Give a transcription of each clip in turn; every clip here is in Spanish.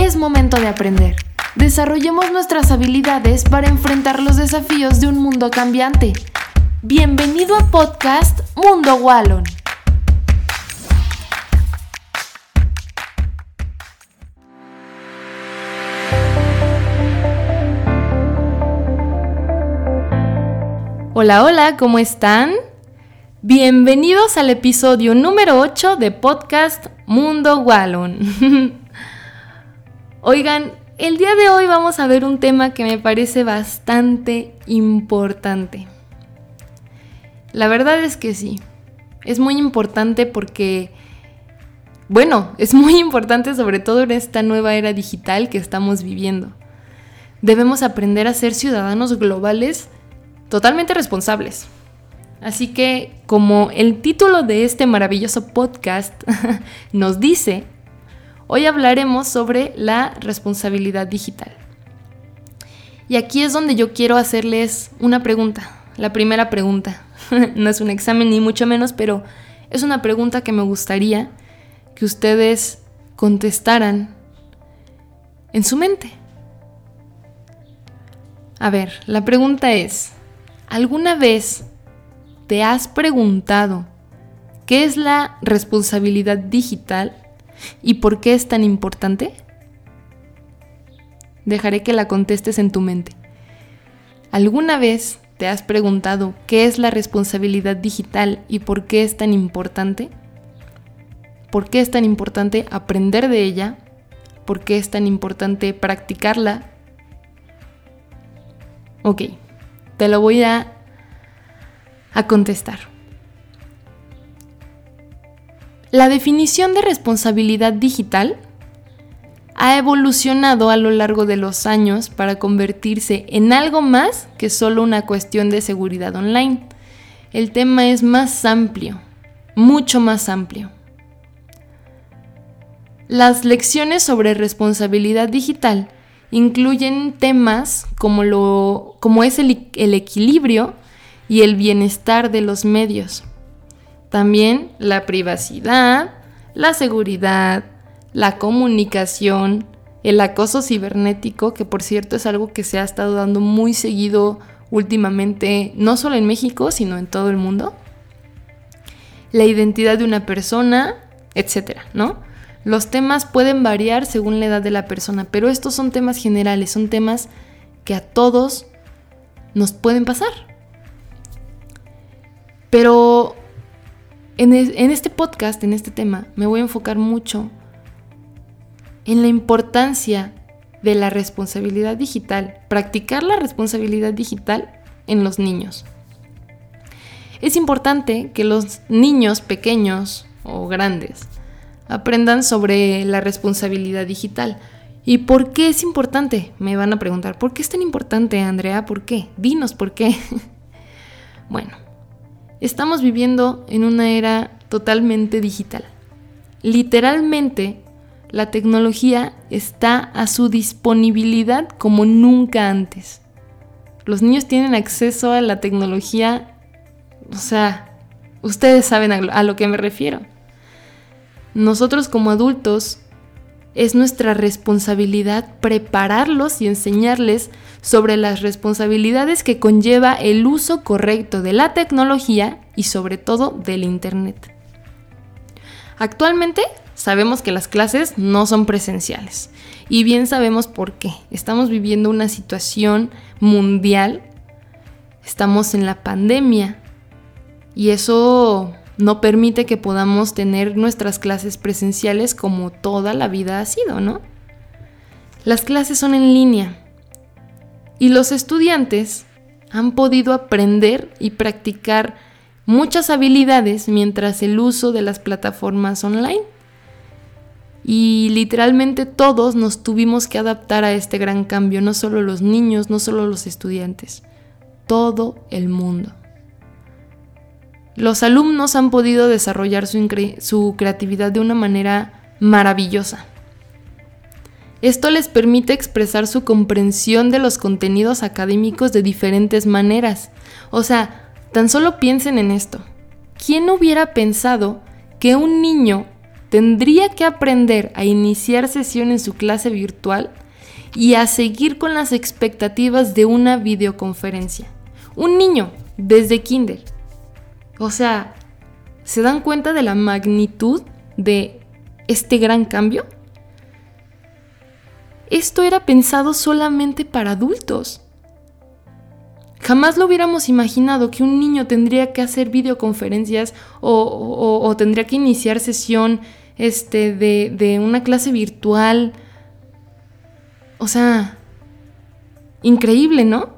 Es momento de aprender. Desarrollemos nuestras habilidades para enfrentar los desafíos de un mundo cambiante. Bienvenido a Podcast Mundo Wallon. Hola, hola, ¿cómo están? Bienvenidos al episodio número 8 de Podcast Mundo Wallon. Oigan, el día de hoy vamos a ver un tema que me parece bastante importante. La verdad es que sí, es muy importante porque, es muy importante sobre todo en esta nueva era digital que estamos viviendo. Debemos aprender a ser ciudadanos globales totalmente responsables. Así que, como el título de este maravilloso podcast nos dice, hoy hablaremos sobre la responsabilidad digital. Y aquí es donde yo quiero hacerles una pregunta. La primera pregunta. No es un examen ni mucho menos, pero es una pregunta que me gustaría que ustedes contestaran en su mente. A ver, la pregunta es: ¿alguna vez te has preguntado qué es la responsabilidad digital y por qué es tan importante? Dejaré que la contestes en tu mente. ¿Alguna vez te has preguntado qué es la responsabilidad digital y por qué es tan importante? ¿Por qué es tan importante aprender de ella? ¿Por qué es tan importante practicarla? Ok, te lo voy a contestar. La definición de responsabilidad digital ha evolucionado a lo largo de los años para convertirse en algo más que solo una cuestión de seguridad online. El tema es más amplio, mucho más amplio. Las lecciones sobre responsabilidad digital incluyen temas como es el equilibrio y el bienestar de los medios. También la privacidad, la seguridad, la comunicación, el acoso cibernético, que por cierto es algo que se ha estado dando muy seguido últimamente, no solo en México, sino en todo el mundo. La identidad de una persona, etcétera, ¿no? Los temas pueden variar según la edad de la persona, pero estos son temas generales, son temas que a todos nos pueden pasar. Pero en este podcast, en este tema, me voy a enfocar mucho en la importancia de la responsabilidad digital, practicar la responsabilidad digital en los niños. Es importante que los niños pequeños o grandes aprendan sobre la responsabilidad digital. ¿Y por qué es importante? Me van a preguntar, ¿por qué es tan importante, Andrea? ¿Por qué? Dinos por qué. Bueno, estamos viviendo en una era totalmente digital. Literalmente, la tecnología está a su disponibilidad como nunca antes. Los niños tienen acceso a la tecnología, ustedes saben a lo que me refiero. Nosotros como adultos es nuestra responsabilidad prepararlos y enseñarles sobre las responsabilidades que conlleva el uso correcto de la tecnología y sobre todo del Internet. Actualmente sabemos que las clases no son presenciales y bien sabemos por qué. Estamos viviendo una situación mundial, estamos en la pandemia y eso no permite que podamos tener nuestras clases presenciales como toda la vida ha sido, ¿no? Las clases son en línea y los estudiantes han podido aprender y practicar muchas habilidades mientras el uso de las plataformas online. Y literalmente todos nos tuvimos que adaptar a este gran cambio, no solo los niños, no solo los estudiantes, todo el mundo. Los alumnos han podido desarrollar su creatividad de una manera maravillosa. Esto les permite expresar su comprensión de los contenidos académicos de diferentes maneras. Tan solo piensen en esto. ¿Quién hubiera pensado que un niño tendría que aprender a iniciar sesión en su clase virtual y a seguir con las expectativas de una videoconferencia. Un niño desde kinder. O sea, ¿se dan cuenta de la magnitud de este gran cambio? Esto era pensado solamente para adultos. Jamás lo hubiéramos imaginado que un niño tendría que hacer videoconferencias o tendría que iniciar sesión de una clase virtual. O sea, increíble, ¿no?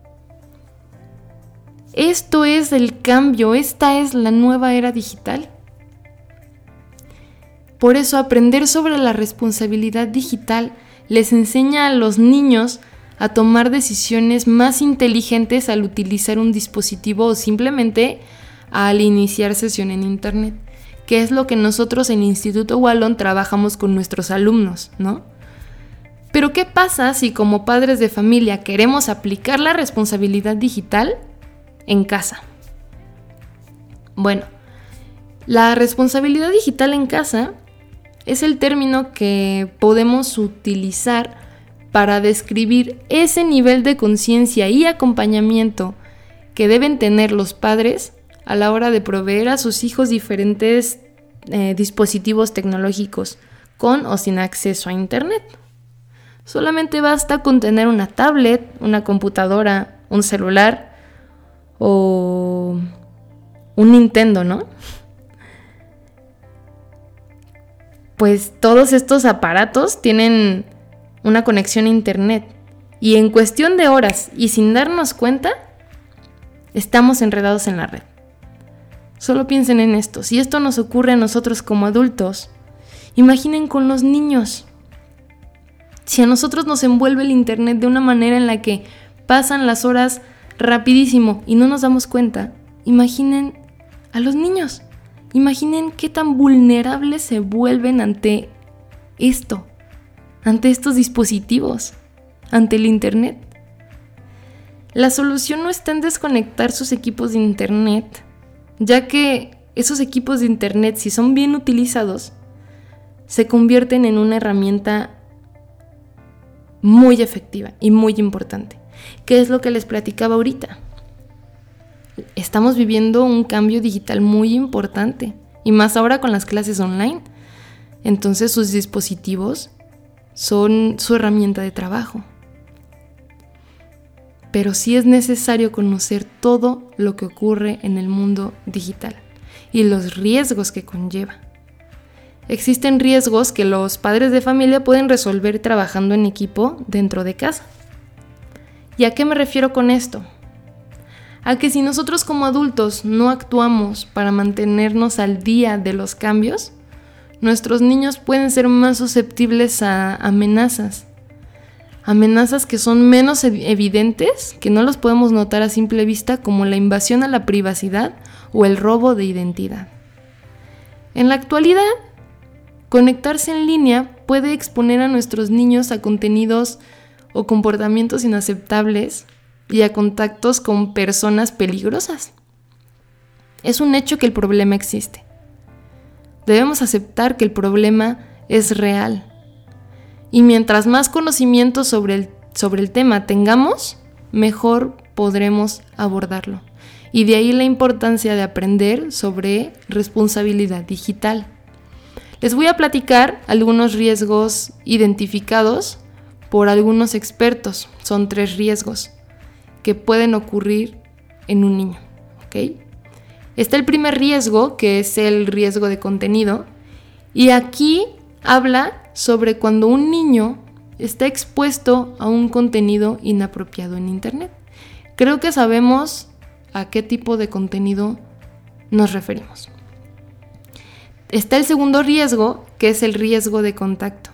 Esto es el cambio, esta es la nueva era digital. Por eso aprender sobre la responsabilidad digital les enseña a los niños a tomar decisiones más inteligentes al utilizar un dispositivo o simplemente al iniciar sesión en internet, que es lo que nosotros en Instituto Wallon trabajamos con nuestros alumnos, ¿no? Pero ¿qué pasa si como padres de familia queremos aplicar la responsabilidad digital en casa? Bueno, la responsabilidad digital en casa es el término que podemos utilizar para describir ese nivel de conciencia y acompañamiento que deben tener los padres a la hora de proveer a sus hijos diferentes dispositivos tecnológicos con o sin acceso a internet. Solamente basta con tener una tablet, una computadora, un celular o un Nintendo, ¿no? Pues todos estos aparatos tienen una conexión a internet y en cuestión de horas y sin darnos cuenta, estamos enredados en la red. Solo piensen en esto, si esto nos ocurre a nosotros como adultos, imaginen con los niños. Si a nosotros nos envuelve el internet de una manera en la que pasan las horas rapidísimo y no nos damos cuenta, imaginen a los niños. Imaginen qué tan vulnerables se vuelven ante esto, ante estos dispositivos, ante el internet. La solución no está en desconectar sus equipos de internet, ya que esos equipos de internet, si son bien utilizados, se convierten en una herramienta muy efectiva y muy importante. ¿Qué es lo que les platicaba ahorita? Estamos viviendo un cambio digital muy importante, y más ahora con las clases online. Entonces sus dispositivos son su herramienta de trabajo. Pero sí es necesario conocer todo lo que ocurre en el mundo digital y los riesgos que conlleva. Existen riesgos que los padres de familia pueden resolver trabajando en equipo dentro de casa. ¿Y a qué me refiero con esto? A que si nosotros como adultos no actuamos para mantenernos al día de los cambios, nuestros niños pueden ser más susceptibles a amenazas que son menos evidentes, que no los podemos notar a simple vista, como la invasión a la privacidad o el robo de identidad. En la actualidad, conectarse en línea puede exponer a nuestros niños a contenidos o comportamientos inaceptables y a contactos con personas peligrosas. Es un hecho que el problema existe. Debemos aceptar que el problema es real. Y mientras más conocimiento sobre el tema tengamos, mejor podremos abordarlo. Y de ahí la importancia de aprender sobre responsabilidad digital. Les voy a platicar algunos riesgos identificados por algunos expertos. Son 3 riesgos que pueden ocurrir en un niño, ¿ok? Está el primer riesgo, que es el riesgo de contenido, y aquí habla sobre cuando un niño está expuesto a un contenido inapropiado en internet. Creo que sabemos a qué tipo de contenido nos referimos. Está el segundo riesgo, que es el riesgo de contacto.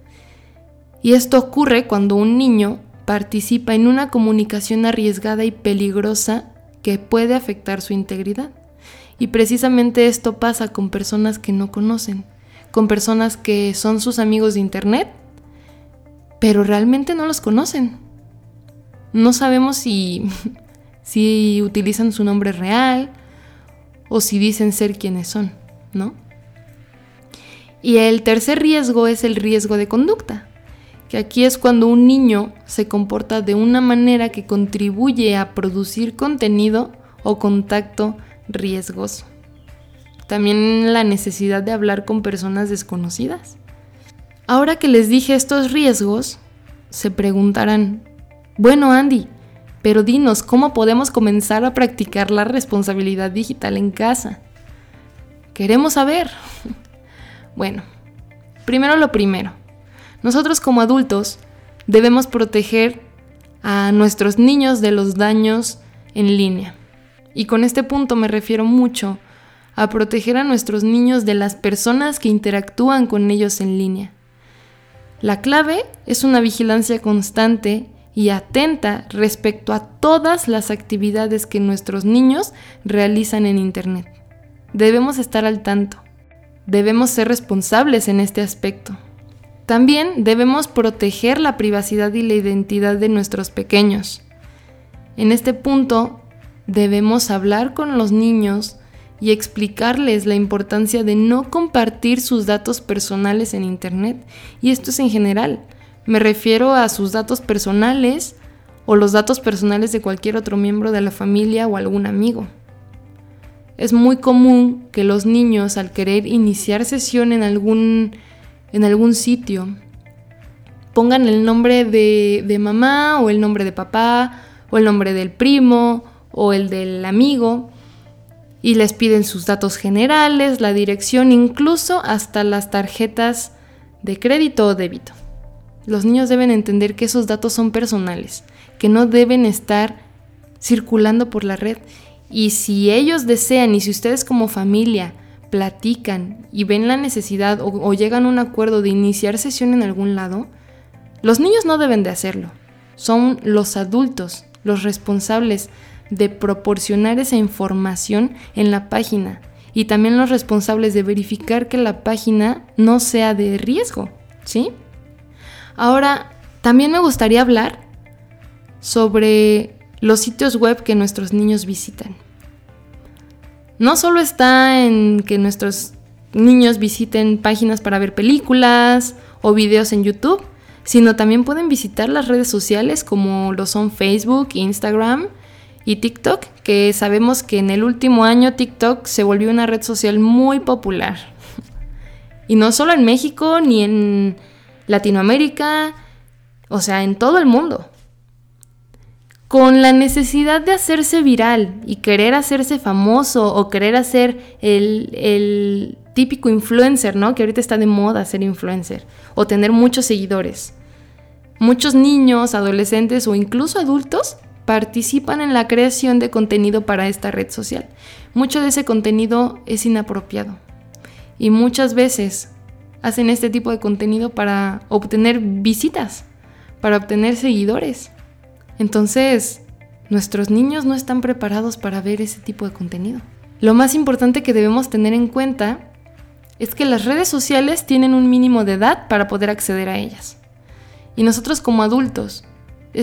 Y esto ocurre cuando un niño participa en una comunicación arriesgada y peligrosa que puede afectar su integridad. Y precisamente esto pasa con personas que no conocen, con personas que son sus amigos de internet, pero realmente no los conocen. No sabemos si utilizan su nombre real o si dicen ser quienes son, ¿no? Y el tercer riesgo es el riesgo de conducta, que aquí es cuando un niño se comporta de una manera que contribuye a producir contenido o contacto riesgoso. También la necesidad de hablar con personas desconocidas. Ahora que les dije estos riesgos, se preguntarán, bueno, Andy, pero dinos, ¿cómo podemos comenzar a practicar la responsabilidad digital en casa? Queremos saber. Bueno, primero lo primero. Nosotros como adultos debemos proteger a nuestros niños de los daños en línea. Y con este punto me refiero mucho a proteger a nuestros niños de las personas que interactúan con ellos en línea. La clave es una vigilancia constante y atenta respecto a todas las actividades que nuestros niños realizan en Internet. Debemos estar al tanto. Debemos ser responsables en este aspecto. También debemos proteger la privacidad y la identidad de nuestros pequeños. En este punto, debemos hablar con los niños y explicarles la importancia de no compartir sus datos personales en Internet. Y esto es en general. Me refiero a sus datos personales o los datos personales de cualquier otro miembro de la familia o algún amigo. Es muy común que los niños, al querer iniciar sesión en algún sitio, pongan el nombre de mamá o el nombre de papá o el nombre del primo o el del amigo y les piden sus datos generales, la dirección, incluso hasta las tarjetas de crédito o débito. Los niños deben entender que esos datos son personales, que no deben estar circulando por la red. Y si ellos desean y si ustedes como familia platican y ven la necesidad o llegan a un acuerdo de iniciar sesión en algún lado, los niños no deben de hacerlo. Son los adultos los responsables de proporcionar esa información en la página y también los responsables de verificar que la página no sea de riesgo, ¿sí? Ahora, también me gustaría hablar sobre los sitios web que nuestros niños visitan. No solo está en que nuestros niños visiten páginas para ver películas o videos en YouTube, sino también pueden visitar las redes sociales como lo son Facebook, Instagram y TikTok, que sabemos que en el último año TikTok se volvió una red social muy popular. Y no solo en México ni en Latinoamérica, o sea, en todo el mundo. Con la necesidad de hacerse viral y querer hacerse famoso o querer hacer el típico influencer, ¿no? Que ahorita está de moda ser influencer o tener muchos seguidores. Muchos niños, adolescentes o incluso adultos participan en la creación de contenido para esta red social. Mucho de ese contenido es inapropiado y muchas veces hacen este tipo de contenido para obtener visitas, para obtener seguidores. Entonces, nuestros niños no están preparados para ver ese tipo de contenido. Lo más importante que debemos tener en cuenta es que las redes sociales tienen un mínimo de edad para poder acceder a ellas. Y nosotros como adultos, es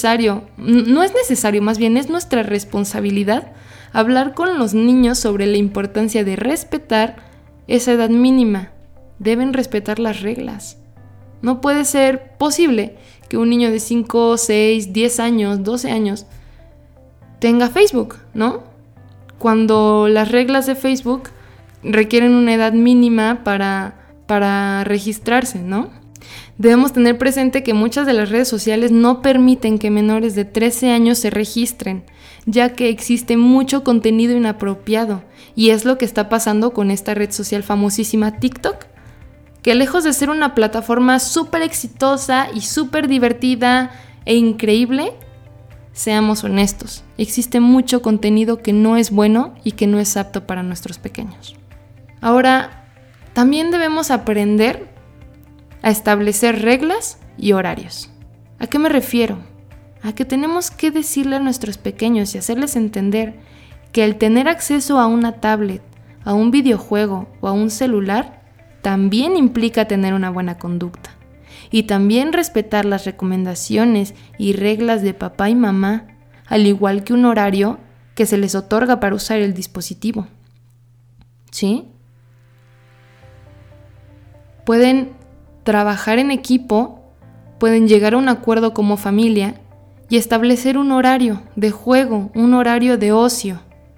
nuestra responsabilidad hablar con los niños sobre la importancia de respetar esa edad mínima. Deben respetar las reglas. No puede ser posible que un niño de 5, 6, 10 años, 12 años tenga Facebook, ¿no? Cuando las reglas de Facebook requieren una edad mínima para registrarse, ¿no? Debemos tener presente que muchas de las redes sociales no permiten que menores de 13 años se registren, ya que existe mucho contenido inapropiado, y es lo que está pasando con esta red social famosísima TikTok, que lejos de ser una plataforma súper exitosa y súper divertida e increíble, seamos honestos, existe mucho contenido que no es bueno y que no es apto para nuestros pequeños. Ahora, también debemos aprender a establecer reglas y horarios. ¿A qué me refiero? A que tenemos que decirle a nuestros pequeños y hacerles entender que el tener acceso a una tablet, a un videojuego o a un celular también implica tener una buena conducta y también respetar las recomendaciones y reglas de papá y mamá, al igual que un horario que se les otorga para usar el dispositivo. ¿Sí? pueden trabajar en equipo, pueden llegar a un acuerdo como familia y establecer un horario de juego, un horario de ocio.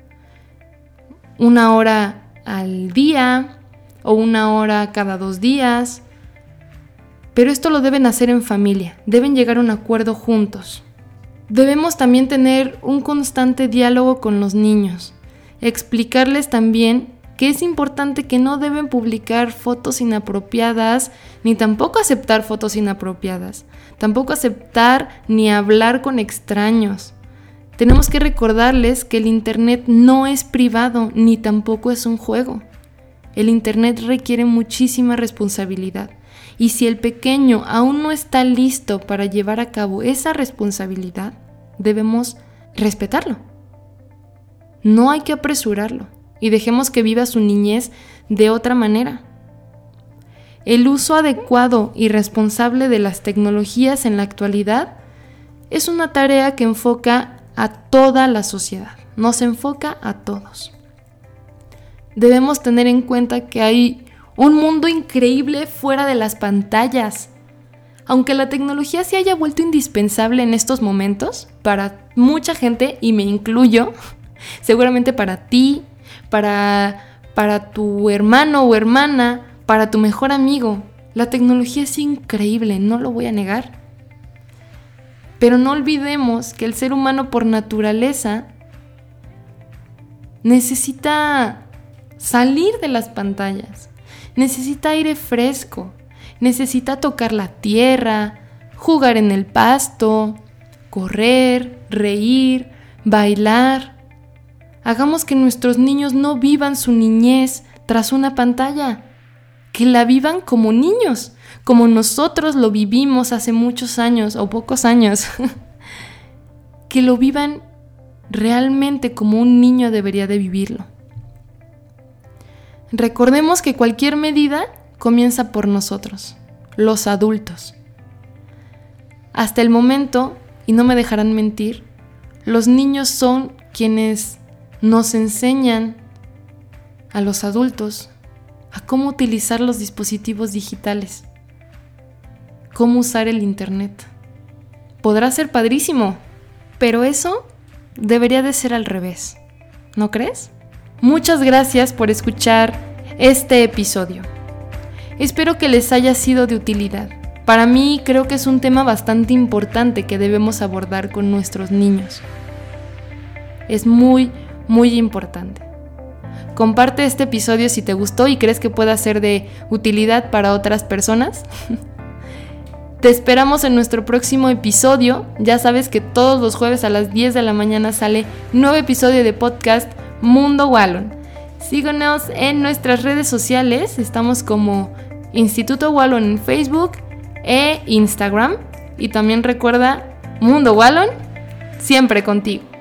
1 hora al día o 1 hora cada 2 días. Pero esto lo deben hacer en familia, deben llegar a un acuerdo juntos. Debemos también tener un constante diálogo con los niños, explicarles también que es importante que no deben publicar fotos inapropiadas, ni tampoco aceptar fotos inapropiadas, tampoco aceptar ni hablar con extraños. Tenemos que recordarles que el internet no es privado, ni tampoco es un juego. El internet requiere muchísima responsabilidad. Y si el pequeño aún no está listo para llevar a cabo esa responsabilidad, debemos respetarlo. No hay que apresurarlo y dejemos que viva su niñez de otra manera. El uso adecuado y responsable de las tecnologías en la actualidad es una tarea que enfoca a toda la sociedad, nos enfoca a todos. Debemos tener en cuenta que hay un mundo increíble fuera de las pantallas. Aunque la tecnología se haya vuelto indispensable en estos momentos, para mucha gente, y me incluyo, seguramente para ti, para tu hermano o hermana, para tu mejor amigo, la tecnología es increíble, no lo voy a negar. Pero no olvidemos que el ser humano por naturaleza necesita salir de las pantallas. Necesita aire fresco, necesita tocar la tierra, jugar en el pasto, correr, reír, bailar. Hagamos que nuestros niños no vivan su niñez tras una pantalla, que la vivan como niños, como nosotros lo vivimos hace muchos años o pocos años, que lo vivan realmente como un niño debería de vivirlo. Recordemos que cualquier medida comienza por nosotros, los adultos. Hasta el momento, y no me dejarán mentir, los niños son quienes nos enseñan a los adultos a cómo utilizar los dispositivos digitales, cómo usar el internet. Podrá ser padrísimo, pero eso debería de ser al revés, ¿no crees? Muchas gracias por escuchar este episodio. Espero que les haya sido de utilidad. Para mí creo que es un tema bastante importante que debemos abordar con nuestros niños. Es muy, muy importante. Comparte este episodio si te gustó y crees que pueda ser de utilidad para otras personas. Te esperamos en nuestro próximo episodio. Ya sabes que todos los jueves a las 10 de la mañana sale nuevo episodio de podcast Mundo Wallon. Síguenos en nuestras redes sociales. Estamos como Instituto Wallon en Facebook e Instagram. Y también recuerda, Mundo Wallon, siempre contigo.